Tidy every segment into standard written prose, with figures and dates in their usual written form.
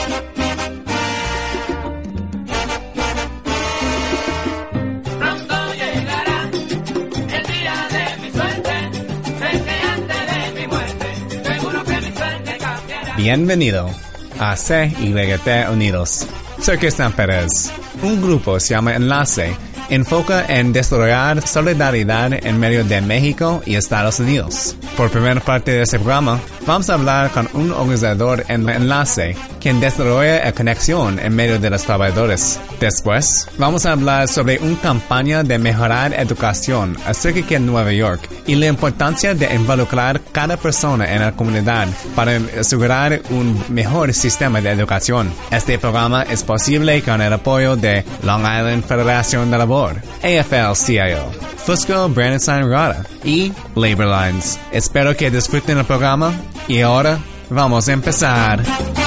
Bienvenido a CYT Unidos. Soy Cristian Pérez. Un grupo se llama Enlace. Enfoca en desarrollar solidaridad en medio de México y Estados Unidos. Por primera parte de este programa, vamos a hablar con un organizador en Enlace, quien desarrolla la conexión en medio de los trabajadores. Después, vamos a hablar sobre una campaña de mejorar educación acerca de Nueva York y la importancia de involucrar cada persona en la comunidad para asegurar un mejor sistema de educación. Este programa es posible con el apoyo de Long Island Federación de Labor, AFL-CIO, Fusco Brandon Rada y Labor Lines. Espero que disfruten el programa y ahora vamos a empezar.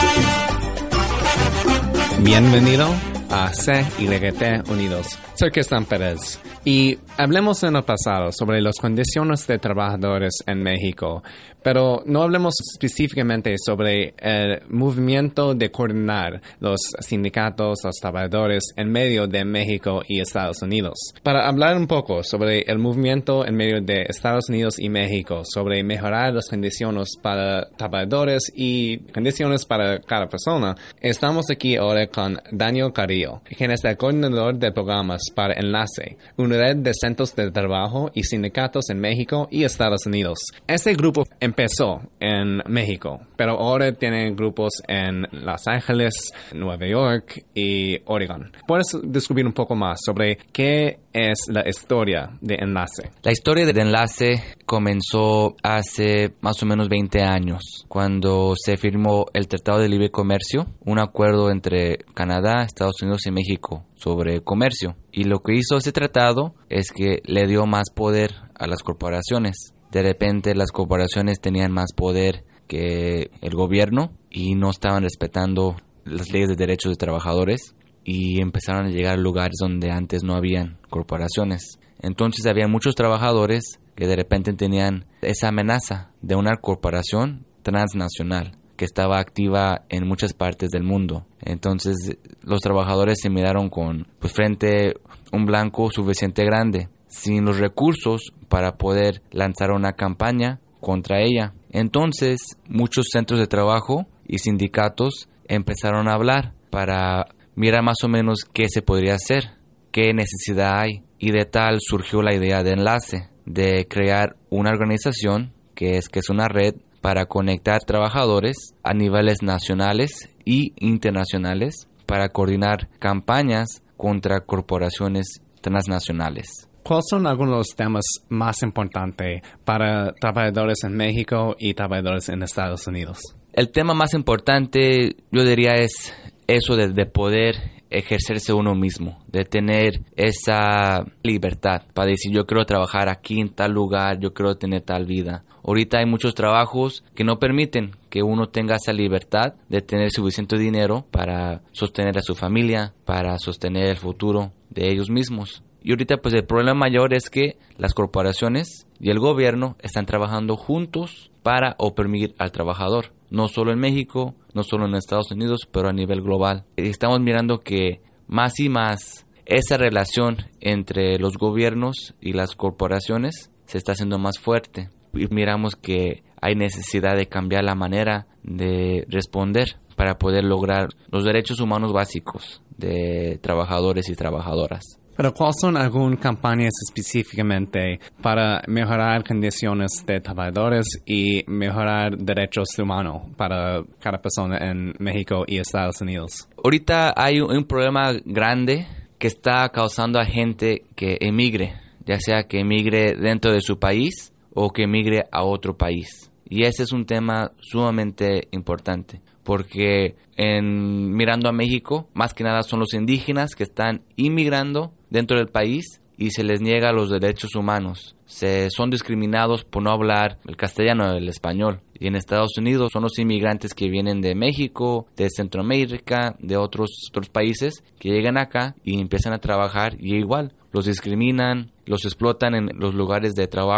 Bienvenido a CYT Unidos. Soy Cristian Pérez y hablemos en el pasado sobre las condiciones de trabajadores en México, pero no hablemos específicamente sobre el movimiento de coordinar los sindicatos, los trabajadores en medio de México y Estados Unidos. Para hablar un poco sobre el movimiento en medio de Estados Unidos y México, sobre mejorar las condiciones para trabajadores y condiciones para cada persona, estamos aquí ahora con Daniel Carrillo, quien es el coordinador de programas para Enlace, una red de centros de trabajo y sindicatos en México y Estados Unidos. Este grupo empezó en México, pero ahora tiene grupos en Los Ángeles, Nueva York y Oregon. ¿Puedes descubrir un poco más sobre qué es la historia de Enlace? La historia de Enlace comenzó hace más o menos 20 años, cuando se firmó el Tratado de Libre Comercio, un acuerdo entre Canadá, Estados Unidos y México sobre comercio. Y lo que hizo ese tratado es que le dio más poder a las corporaciones. De repente las corporaciones tenían más poder que el gobierno y no estaban respetando las leyes de derechos de trabajadores y empezaron a llegar a lugares donde antes no habían corporaciones. Entonces había muchos trabajadores que de repente tenían esa amenaza de una corporación transnacional que estaba activa en muchas partes del mundo. Entonces los trabajadores se miraron con frente un blanco suficiente grande, sin los recursos para poder lanzar una campaña contra ella. Entonces muchos centros de trabajo y sindicatos empezaron a hablar para mirar más o menos qué se podría hacer, qué necesidad hay, y de tal surgió la idea de Enlace, de crear una organización que es una red para conectar trabajadores a niveles nacionales y internacionales para coordinar campañas contra corporaciones transnacionales. ¿Cuáles son algunos de los temas más importantes para trabajadores en México y trabajadores en Estados Unidos? El tema más importante, yo diría, es eso de poder ejercerse uno mismo, de tener esa libertad para decir yo quiero trabajar aquí en tal lugar, yo quiero tener tal vida. Ahorita hay muchos trabajos que no permiten que uno tenga esa libertad de tener suficiente dinero para sostener a su familia, para sostener el futuro de ellos mismos. Y ahorita el problema mayor es que las corporaciones y el gobierno están trabajando juntos para oprimir al trabajador. No solo en México, no solo en Estados Unidos, pero a nivel global. Y estamos mirando que más y más esa relación entre los gobiernos y las corporaciones se está haciendo más fuerte. Y miramos que hay necesidad de cambiar la manera de responder para poder lograr los derechos humanos básicos de trabajadores y trabajadoras. Pero ¿cuáles son algunas campañas específicamente para mejorar condiciones de trabajadores y mejorar derechos humanos para cada persona en México y Estados Unidos? Ahorita hay un problema grande que está causando a gente que emigre, ya sea que emigre dentro de su país o que emigre a otro país. Y ese es un tema sumamente importante, porque mirando a México, más que nada son los indígenas que están inmigrando dentro del país y se les niega los derechos humanos. Son discriminados por no hablar el castellano o el español. Y en Estados Unidos son los inmigrantes que vienen de México, de Centroamérica, de otros países, que llegan acá y empiezan a trabajar y igual los discriminan, los explotan en los lugares de trabajo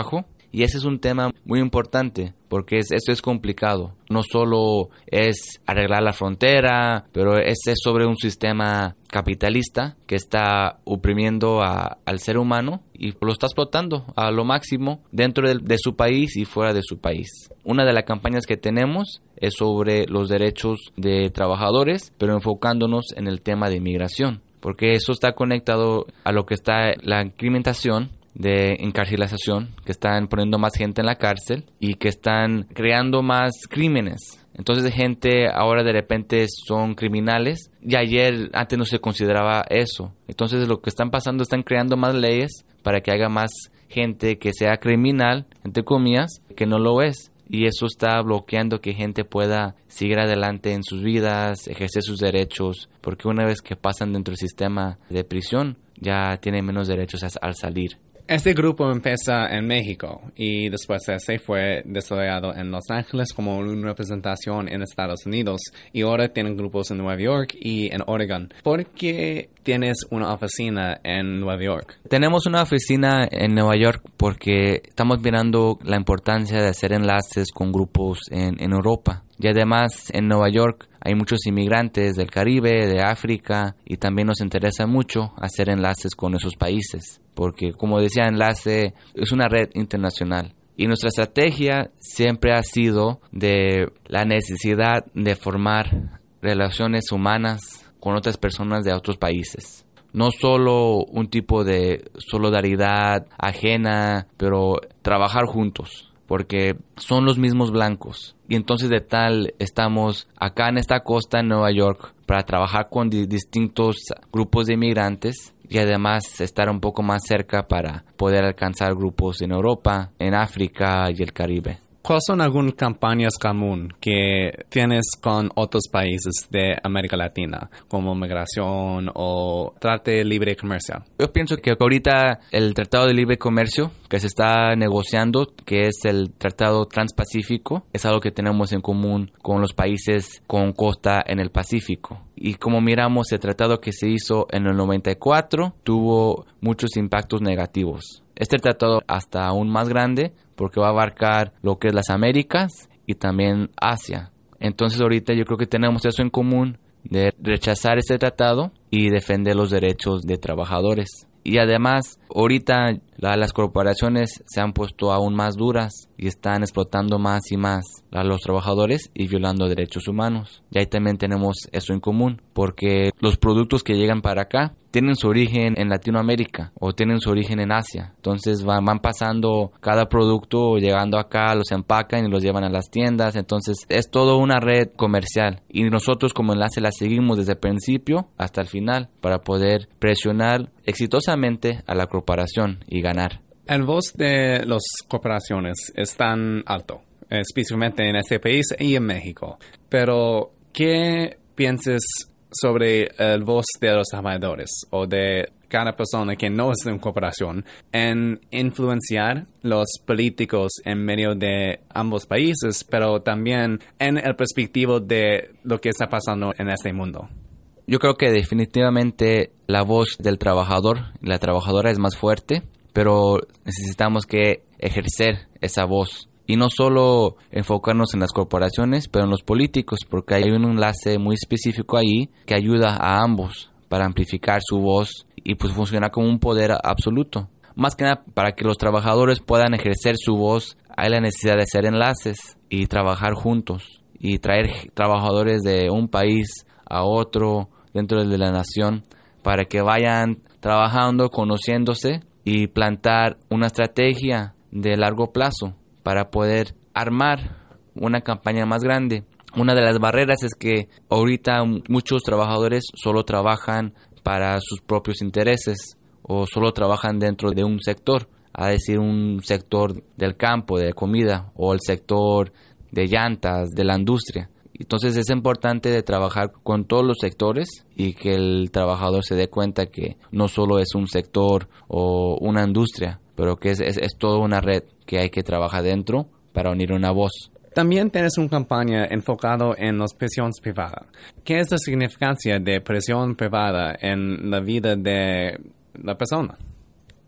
Y ese es un tema muy importante, porque esto es complicado. No solo es arreglar la frontera, pero es sobre un sistema capitalista que está oprimiendo al ser humano y lo está explotando a lo máximo dentro de su país y fuera de su país. Una de las campañas que tenemos es sobre los derechos de trabajadores, pero enfocándonos en el tema de inmigración, porque eso está conectado a lo que está la incrementación de encarcelación, que están poniendo más gente en la cárcel y que están creando más crímenes. Entonces gente ahora de repente son criminales y antes no se consideraba eso. Entonces lo que están pasando, están creando más leyes para que haya más gente que sea criminal, entre comillas, que no lo es. Y eso está bloqueando que gente pueda seguir adelante en sus vidas, ejercer sus derechos, porque una vez que pasan dentro del sistema de prisión, ya tienen menos derechos al salir. Este grupo empieza en México y después se fue desarrollado en Los Ángeles como una representación en Estados Unidos y ahora tienen grupos en Nueva York y en Oregon. ¿Por qué tienes una oficina en Nueva York? Tenemos una oficina en Nueva York porque estamos mirando la importancia de hacer enlaces con grupos en Europa. Y además en Nueva York hay muchos inmigrantes del Caribe, de África, y también nos interesa mucho hacer enlaces con esos países, porque como decía, enlace es una red internacional. Y nuestra estrategia siempre ha sido de la necesidad de formar relaciones humanas con otras personas de otros países. No solo un tipo de solidaridad ajena, pero trabajar juntos, porque son los mismos blancos. Y entonces de tal estamos acá en esta costa en Nueva York para trabajar con distintos grupos de inmigrantes y además estar un poco más cerca para poder alcanzar grupos en Europa, en África y el Caribe. ¿Cuáles son algunas campañas comunes que tienes con otros países de América Latina, como migración o trata de libre comercial? Yo pienso que ahorita el Tratado de Libre Comercio que se está negociando, que es el Tratado Transpacífico, es algo que tenemos en común con los países con costa en el Pacífico. Y como miramos, el tratado que se hizo en el 94 tuvo muchos impactos negativos. Este tratado hasta aún más grande porque va a abarcar lo que es las Américas y también Asia. Entonces ahorita yo creo que tenemos eso en común de rechazar este tratado y defender los derechos de trabajadores. Y además, ahorita las corporaciones se han puesto aún más duras y están explotando más y más a los trabajadores y violando derechos humanos. Y ahí también tenemos eso en común, porque los productos que llegan para acá tienen su origen en Latinoamérica o tienen su origen en Asia. Entonces van pasando cada producto, llegando acá, los empacan y los llevan a las tiendas. Entonces es todo una red comercial y nosotros como enlace la seguimos desde el principio hasta el final para poder presionar exitosamente a la corporación y ganar. El voz de las corporaciones es tan alto, específicamente en este país y en México. Pero, ¿qué piensas sobre el voz de los trabajadores o de cada persona que no es de una corporación en influenciar los políticos en medio de ambos países, pero también en el perspectivo de lo que está pasando en este mundo? Yo creo que definitivamente la voz del trabajador y la trabajadora es más fuerte, pero necesitamos que ejercer esa voz. Y no solo enfocarnos en las corporaciones, pero en los políticos, porque hay un enlace muy específico ahí que ayuda a ambos para amplificar su voz y pues funcionar como un poder absoluto. Más que nada, para que los trabajadores puedan ejercer su voz, hay la necesidad de hacer enlaces y trabajar juntos y traer trabajadores de un país a otro dentro de la nación para que vayan trabajando, conociéndose y plantar una estrategia de largo plazo para poder armar una campaña más grande. Una de las barreras es que ahorita muchos trabajadores solo trabajan para sus propios intereses o solo trabajan dentro de un sector, a decir un sector del campo, de comida o el sector de llantas, de la industria. Entonces es importante de trabajar con todos los sectores y que el trabajador se dé cuenta que no solo es un sector o una industria, pero que es toda una red que hay que trabajar dentro para unir una voz. También tienes una campaña enfocada en las pensiones privadas. ¿Qué es la significancia de presión privada en la vida de la persona?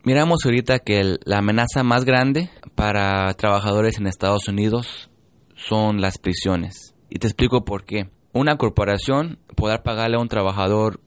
Miramos ahorita que la amenaza más grande para trabajadores en Estados Unidos son las prisiones. Y te explico por qué. Una corporación podrá pagarle a un trabajador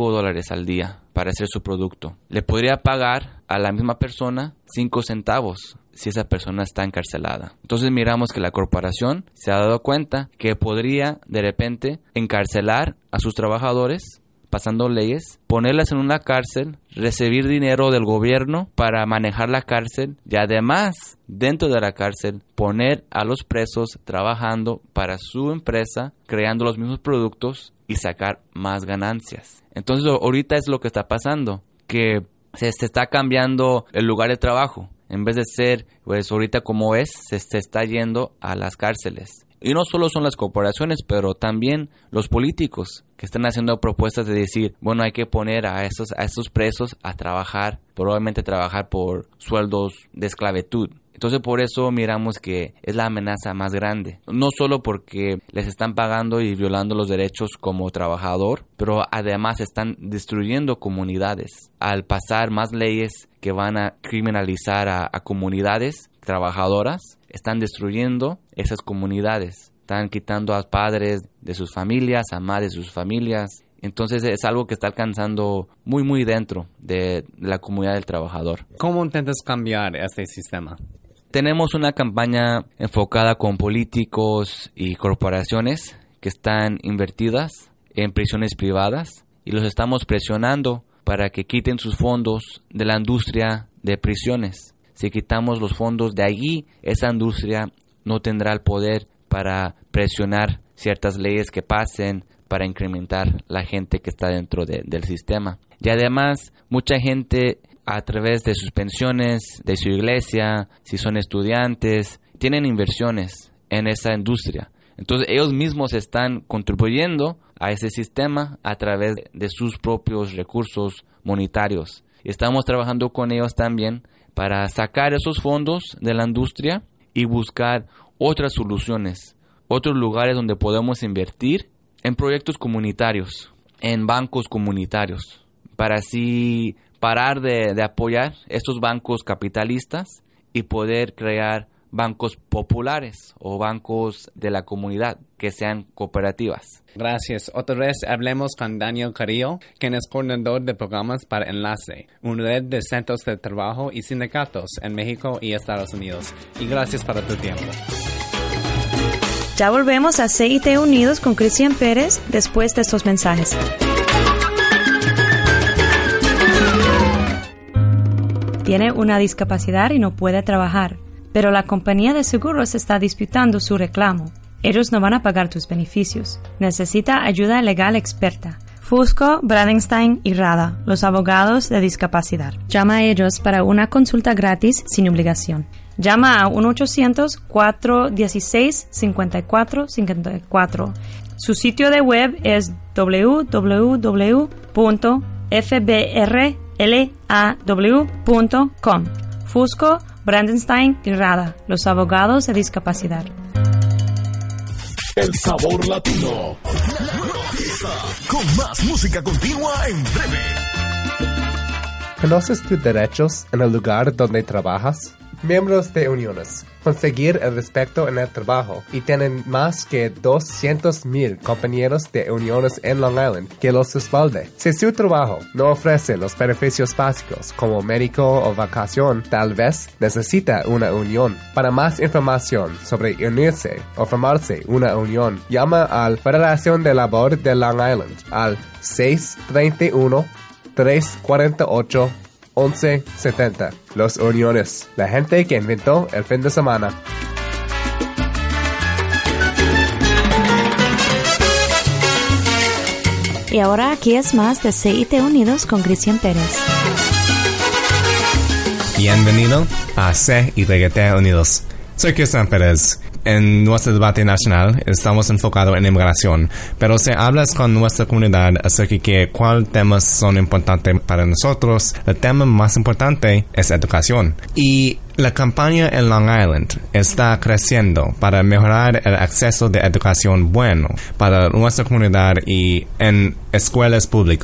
$5 al día para hacer su producto. Le podría pagar a la misma persona 5 centavos si esa persona está encarcelada. Entonces miramos que la corporación se ha dado cuenta que podría de repente encarcelar a sus trabajadores pasando leyes, ponerlas en una cárcel, recibir dinero del gobierno para manejar la cárcel y además, dentro de la cárcel, poner a los presos trabajando para su empresa, creando los mismos productos y sacar más ganancias. Entonces, ahorita es lo que está pasando, que se está cambiando el lugar de trabajo. En vez de ser, pues ahorita como es, se está yendo a las cárceles. Y no solo son las corporaciones, pero también los políticos que están haciendo propuestas de decir, bueno, hay que poner a estos presos a trabajar, probablemente trabajar por sueldos de esclavitud. Entonces por eso miramos que es la amenaza más grande. No solo porque les están pagando y violando los derechos como trabajador, pero además están destruyendo comunidades. Al pasar más leyes que van a criminalizar a comunidades trabajadoras, están destruyendo esas comunidades. Están quitando a padres de sus familias, a madres de sus familias. Entonces es algo que está alcanzando muy, muy dentro de la comunidad del trabajador. ¿Cómo intentas cambiar este sistema? Tenemos una campaña enfocada con políticos y corporaciones que están invertidas en prisiones privadas y los estamos presionando para que quiten sus fondos de la industria de prisiones. Si quitamos los fondos de allí, esa industria no tendrá el poder para presionar ciertas leyes que pasen para incrementar la gente que está dentro del sistema. Y además, mucha gente a través de sus pensiones, de su iglesia, si son estudiantes, tienen inversiones en esa industria. Entonces ellos mismos están contribuyendo a ese sistema a través de sus propios recursos monetarios. Y estamos trabajando con ellos también para sacar esos fondos de la industria y buscar otras soluciones, otros lugares donde podemos invertir en proyectos comunitarios, en bancos comunitarios, para así parar de apoyar estos bancos capitalistas y poder crear bancos populares o bancos de la comunidad que sean cooperativas. Gracias. Otra vez hablemos con Daniel Carrillo, quien es coordinador de programas para Enlace, una red de centros de trabajo y sindicatos en México y Estados Unidos. Y gracias por tu tiempo. Ya volvemos a CIT Unidos con Cristian Pérez después de estos mensajes. Tiene una discapacidad y no puede trabajar, pero la compañía de seguros está disputando su reclamo. Ellos no van a pagar tus beneficios. Necesita ayuda legal experta. Fusco, Bradenstein y Rada, los abogados de discapacidad. Llama a ellos para una consulta gratis sin obligación. Llama a 1-800-416-5454. Su sitio de web es www.fbrlaw.com. Fusco, Bradenstein y Rada, los abogados de discapacidad. El sabor latino. Con más música continua en breve. ¿Conoces tus derechos en el lugar donde trabajas? Miembros de uniones, conseguir el respeto en el trabajo y tienen más que 200,000 compañeros de uniones en Long Island que los respalde. Si su trabajo no ofrece los beneficios básicos como médico o vacación, tal vez necesita una unión. Para más información sobre unirse o formarse una unión, llama a la Federación de Labor de Long Island al 631-348 1170. Los uniones, la gente que inventó el fin de semana. Y ahora aquí es más de CIT Unidos con Cristian Pérez. Bienvenido a CIT Unidos. Soy Cristian Pérez. En nuestro debate nacional estamos enfocados en inmigración, pero si hablas con nuestra comunidad acerca de cuáles temas son importantes para nosotros, el tema más importante es educación. Y la campaña en Long Island está creciendo para mejorar el acceso de educación bueno para nuestra comunidad y en escuelas públicas.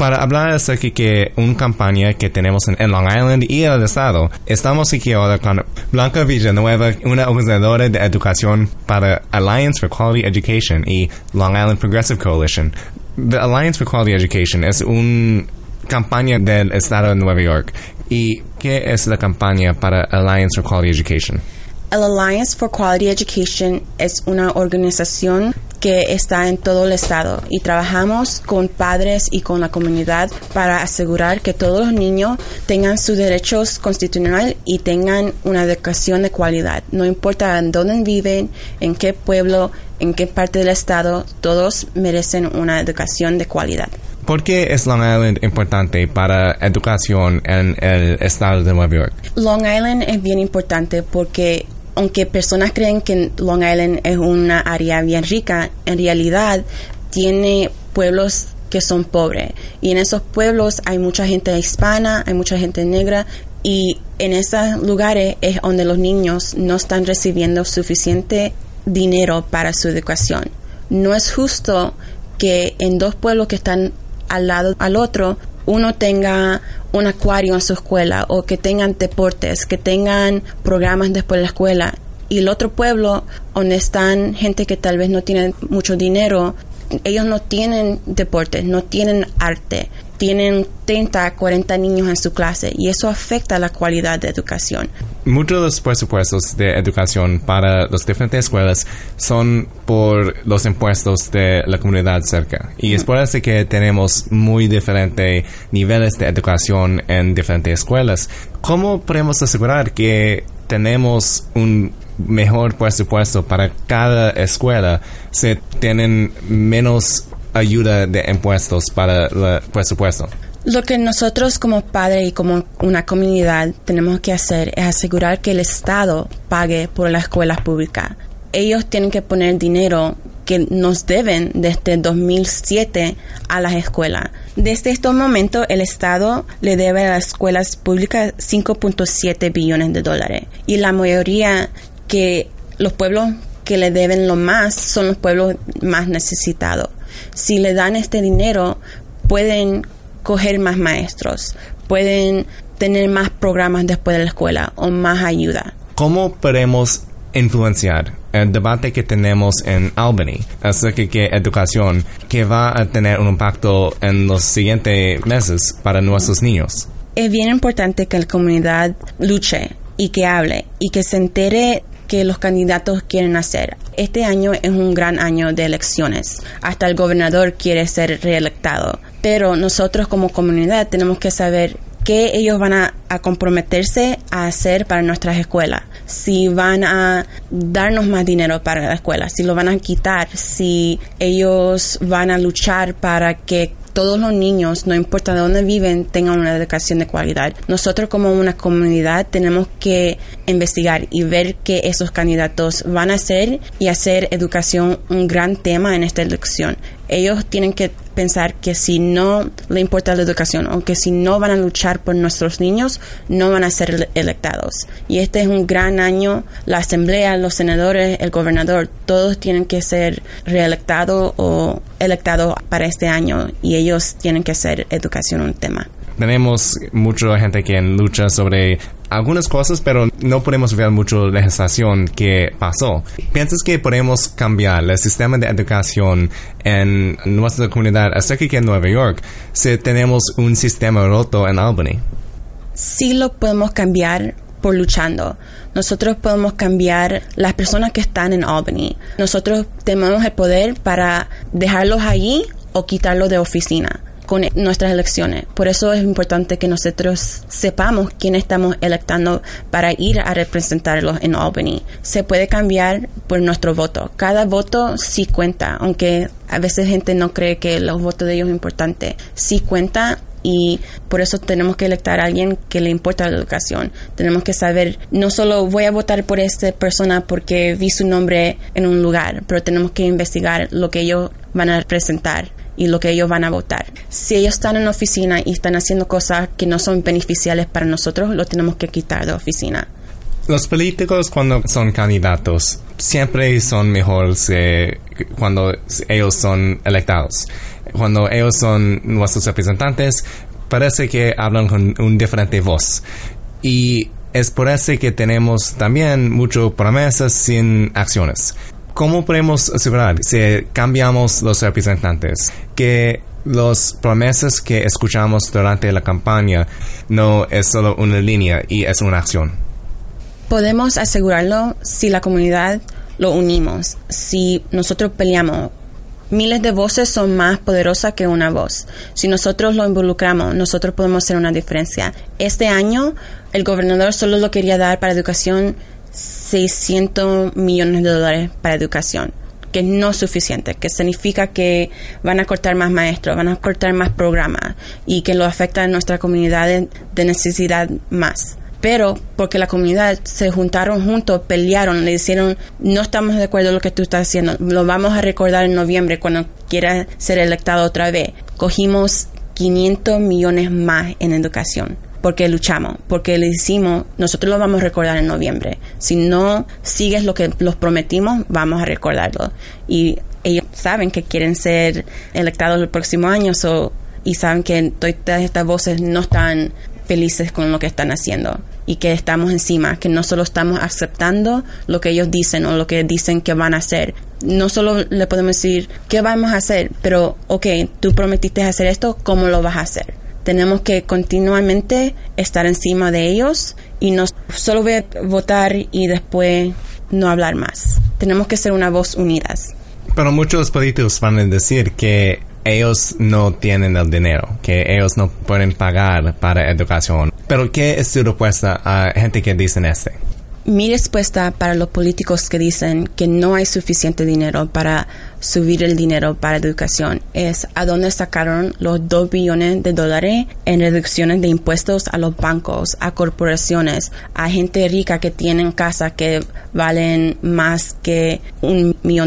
para hablar acerca de una campaña que tenemos en Long Island y el estado. Estamos aquí ahora con Blanca Villanueva, una organizadora de educación para Alliance for Quality Education y Long Island Progressive Coalition. The Alliance for Quality Education es una campaña del estado de Nueva York. ¿Y qué es la campaña para Alliance for Quality Education? El Alliance for Quality Education es una organización que está en todo el estado y trabajamos con padres y con la comunidad para asegurar que todos los niños tengan sus derechos constitucionales y tengan una educación de calidad. No importa en dónde viven, en qué pueblo, en qué parte del estado, todos merecen una educación de calidad. ¿Por qué es Long Island importante para educación en el estado de Nueva York? Long Island es bien importante porque aunque personas creen que Long Island es una área bien rica, en realidad tiene pueblos que son pobres. Y en esos pueblos hay mucha gente hispana, hay mucha gente negra. Y en esos lugares es donde los niños no están recibiendo suficiente dinero para su educación. No es justo que en dos pueblos que están al lado al otro, uno tenga un acuario en su escuela o que tengan deportes, que tengan programas después de la escuela, y el otro pueblo donde están gente que tal vez no tienen mucho dinero, ellos no tienen deportes, no tienen arte, tienen 30, 40 niños en su clase y eso afecta la calidad de educación. Muchos de los presupuestos de educación para las diferentes escuelas son por los impuestos de la comunidad cerca. Y es por eso que tenemos muy diferentes niveles de educación en diferentes escuelas. ¿Cómo podemos asegurar que tenemos un mejor presupuesto para cada escuela si tienen menos ayuda de impuestos para el presupuesto? Lo que nosotros como padres y como una comunidad tenemos que hacer es asegurar que el Estado pague por las escuelas públicas. Ellos tienen que poner dinero que nos deben desde 2007 a las escuelas. Desde este momento, el Estado le debe a las escuelas públicas $5.7 billones. Y la mayoría que los pueblos que le deben lo más son los pueblos más necesitados. Si le dan este dinero, pueden coger más maestros, pueden tener más programas después de la escuela o más ayuda. ¿Cómo podemos influenciar el debate que tenemos en Albany acerca de educación que va a tener un impacto en los siguientes meses para nuestros niños? Es bien importante que la comunidad luche y que hable y que se entere que los candidatos quieren hacer. Este año es un gran año de elecciones. Hasta el gobernador quiere ser reelectado. Pero nosotros como comunidad tenemos que saber qué ellos van a comprometerse a hacer para nuestras escuelas. Si van a darnos más dinero para la escuela, si lo van a quitar, si ellos van a luchar para que todos los niños, no importa de dónde viven, tengan una educación de calidad. Nosotros como una comunidad tenemos que investigar y ver qué esos candidatos van a hacer y hacer educación un gran tema en esta elección. Ellos tienen que pensar que si no le importa la educación o que si no van a luchar por nuestros niños, no van a ser electados. Y este es un gran año. La asamblea, los senadores, el gobernador, todos tienen que ser reelectados o electados para este año y ellos tienen que hacer educación un tema. Tenemos mucha gente que lucha sobre algunas cosas, pero no podemos ver mucho legislación que pasó. ¿Piensas que podemos cambiar el sistema de educación en nuestra comunidad acerca que en Nueva York si tenemos un sistema roto en Albany? Sí lo podemos cambiar por luchando. Nosotros podemos cambiar las personas que están en Albany. Nosotros tenemos el poder para dejarlos allí o quitarlos de oficina con nuestras elecciones. Por eso es importante que nosotros sepamos quién estamos electando para ir a representarlos en Albany. Se puede cambiar por nuestro voto. Cada voto sí cuenta, aunque a veces gente no cree que los votos de ellos es importante. Sí cuenta y por eso tenemos que electar a alguien que le importa la educación. Tenemos que saber, no solo voy a votar por esta persona porque vi su nombre en un lugar, pero tenemos que investigar lo que ellos van a representar y lo que ellos van a votar. Si ellos están en la oficina y están haciendo cosas que no son beneficiales para nosotros, lo tenemos que quitar de la oficina. Los políticos, cuando son candidatos, siempre son mejores cuando ellos son electados. Cuando ellos son nuestros representantes, parece que hablan con una diferente voz. Y es por eso que tenemos también muchas promesas sin acciones. ¿Cómo podemos asegurar, si cambiamos los representantes, que las promesas que escuchamos durante la campaña no es solo una línea y es una acción? Podemos asegurarlo si la comunidad lo unimos, si nosotros peleamos. Miles de voces son más poderosas que una voz. Si nosotros lo involucramos, nosotros podemos hacer una diferencia. Este año, el gobernador solo lo quería dar para educación $600 millones para educación, que no es suficiente, que significa que van a cortar más maestros, van a cortar más programas y que lo afecta a nuestra comunidad de necesidad más. Pero porque la comunidad se juntaron juntos, pelearon, le dijeron, no estamos de acuerdo con lo que tú estás haciendo, lo vamos a recordar en noviembre cuando quieras ser electado otra vez. Cogimos 500 millones más en educación, porque luchamos, porque le decimos, nosotros lo vamos a recordar en noviembre. Si no sigues lo que los prometimos, vamos a recordarlo. Y ellos saben que quieren ser electados el próximo año, y saben que todas estas voces no están felices con lo que están haciendo y que estamos encima, que no solo estamos aceptando lo que ellos dicen o lo que dicen que van a hacer. No solo le podemos decir qué vamos a hacer, pero ok, tú prometiste hacer esto, ¿cómo lo vas a hacer? Tenemos que continuamente estar encima de ellos y no solo votar y después no hablar más. Tenemos que ser una voz unidas. Pero muchos políticos van a decir que ellos no tienen el dinero, que ellos no pueden pagar para educación. Pero ¿qué es tu respuesta a gente que dicen esto? Mi respuesta para los políticos que dicen que no hay suficiente dinero para subir el dinero para educación es a dónde sacaron los $2 billones en reducciones de impuestos a los bancos, a corporaciones, a gente rica que tienen casas que valen más que $1 millón.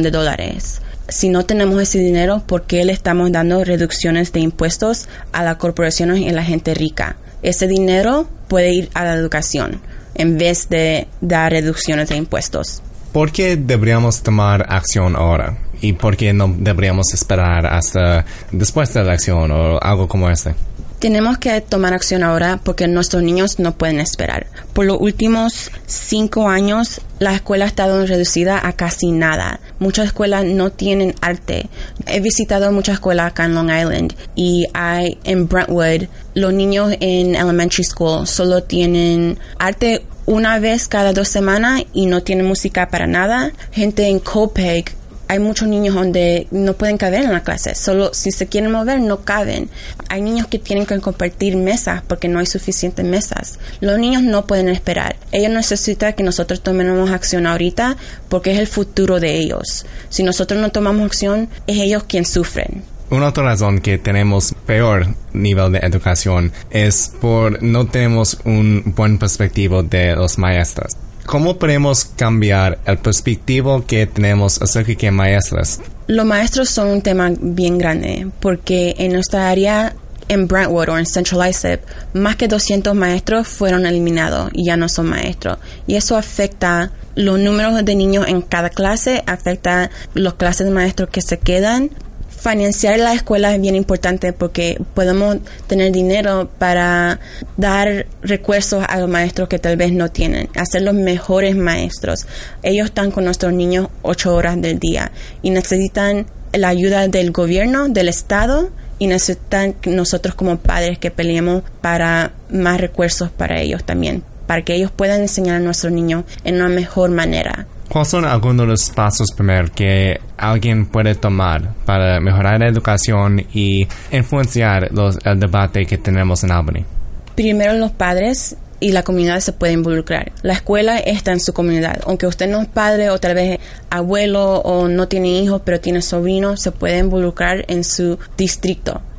Si no tenemos ese dinero, ¿por qué le estamos dando reducciones de impuestos a las corporaciones y a la gente rica? Ese dinero puede ir a la educación en vez de dar reducciones de impuestos. ¿Por qué deberíamos tomar acción ahora? ¿Y por qué no deberíamos esperar hasta después de la elección o algo como este? Tenemos que tomar acción ahora porque nuestros niños no pueden esperar. Por los últimos 5 años, la escuela ha estado reducida a casi nada. Muchas escuelas no tienen arte. He visitado muchas escuelas acá en Long Island y en Brentwood, los niños en elementary school solo tienen arte una vez cada 2 semanas y no tienen música para nada. Gente en Copeg, hay muchos niños donde no pueden caber en la clase. Solo si se quieren mover, no caben. Hay niños que tienen que compartir mesas porque no hay suficientes mesas. Los niños no pueden esperar. Ellos necesitan que nosotros tomemos acción ahorita porque es el futuro de ellos. Si nosotros no tomamos acción, es ellos quienes sufren. Una otra razón que tenemos peor nivel de educación es por no tenemos un buen perspectivo de los maestros. ¿Cómo podemos cambiar el perspectivo que tenemos acerca de maestros? Los maestros son un tema bien grande porque en nuestra área, en Brentwood o en Central Islip, más que 200 maestros fueron eliminados y ya no son maestros. Y eso afecta los números de niños en cada clase, afecta las clases de maestros que se quedan. Financiar la escuela es bien importante porque podemos tener dinero para dar recursos a los maestros que tal vez no tienen, hacer los mejores maestros. Ellos están con nuestros niños 8 horas del día y necesitan la ayuda del gobierno, del estado, y necesitan nosotros como padres que peleemos para más recursos para ellos también, para que ellos puedan enseñar a nuestros niños en una mejor manera. ¿Cuáles son algunos de los pasos primero que alguien puede tomar para mejorar la educación y influenciar el debate que tenemos en Albany? Primero los padres y la comunidad se puede involucrar. La escuela está en su comunidad. Aunque usted no es padre o tal vez abuelo o no tiene hijos pero tiene sobrinos, se puede involucrar en su distrito.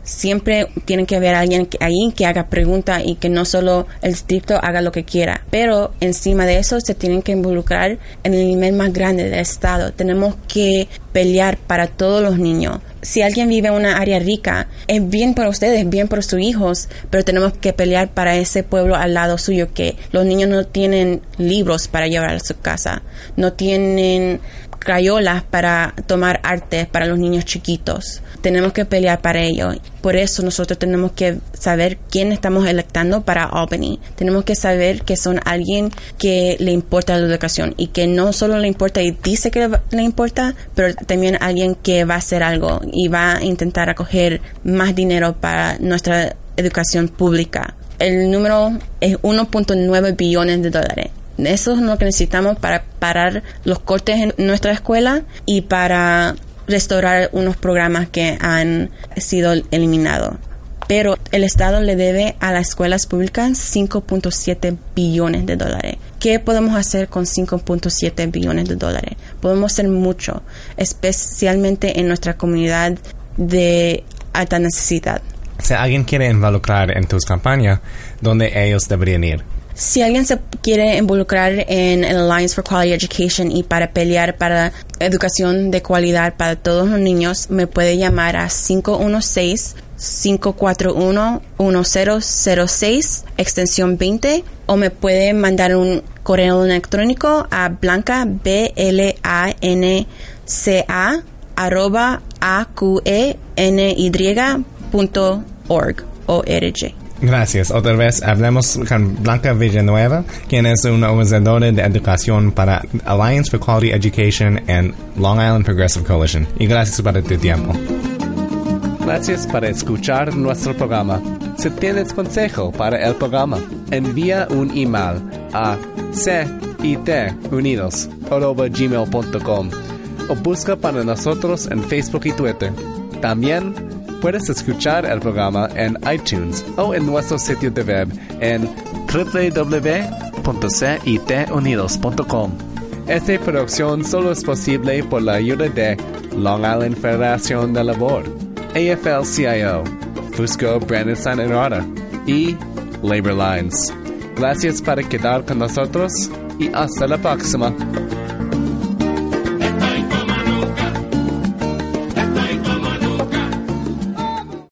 siempre tiene que haber alguien ahí que haga preguntas y que no solo el distrito haga lo que quiera. Pero encima de eso se tienen que involucrar en el nivel más grande del estado. Tenemos que pelear para todos los niños. Si alguien vive en una área rica, es bien para ustedes, es bien para sus hijos, pero tenemos que pelear para ese pueblo al lado suyo, que los niños no tienen libros para llevar a su casa, no tienen crayolas para tomar arte para los niños chiquitos. Tenemos que pelear para ello. Por eso nosotros tenemos que saber quién estamos electando para Albany. Tenemos que saber que son alguien que le importa la educación y que no solo le importa y dice que le importa, pero también alguien que va a hacer algo y va a intentar acoger más dinero para nuestra educación pública. El número es 1.9 billones de dólares. Eso es lo que necesitamos para parar los cortes en nuestra escuela y para restaurar unos programas que han sido eliminados. Pero el Estado le debe a las escuelas públicas 5.7 billones de dólares. ¿Qué podemos hacer con 5.7 billones de dólares? Podemos hacer mucho, especialmente en nuestra comunidad de alta necesidad. Si alguien quiere involucrar en tus campañas, ¿dónde ellos deberían ir? Si alguien se quiere involucrar en el Alliance for Quality Education y para pelear para educación de calidad para todos los niños, me puede llamar a 516-541-1006, extensión 20, o me puede mandar un correo electrónico a blanca, BLANCA.AQENY.org. Gracias. Otra vez hablemos con Blanca Villanueva, quien es una organizadora de educación para Alliance for Quality Education and Long Island Progressive Coalition. Y gracias por tu tiempo. Gracias por escuchar nuestro programa. Si tienes consejo para el programa, envía un email a citunidos@gmail.com o busca para nosotros en Facebook y Twitter. También puedes escuchar el programa en iTunes o en nuestro sitio de web en www.citunidos.com. Esta producción solo es posible por la ayuda de Long Island Federación de Labor, AFL-CIO, Fusco Brandon Enrada y Labor Lines. Gracias por quedar con nosotros y hasta la próxima.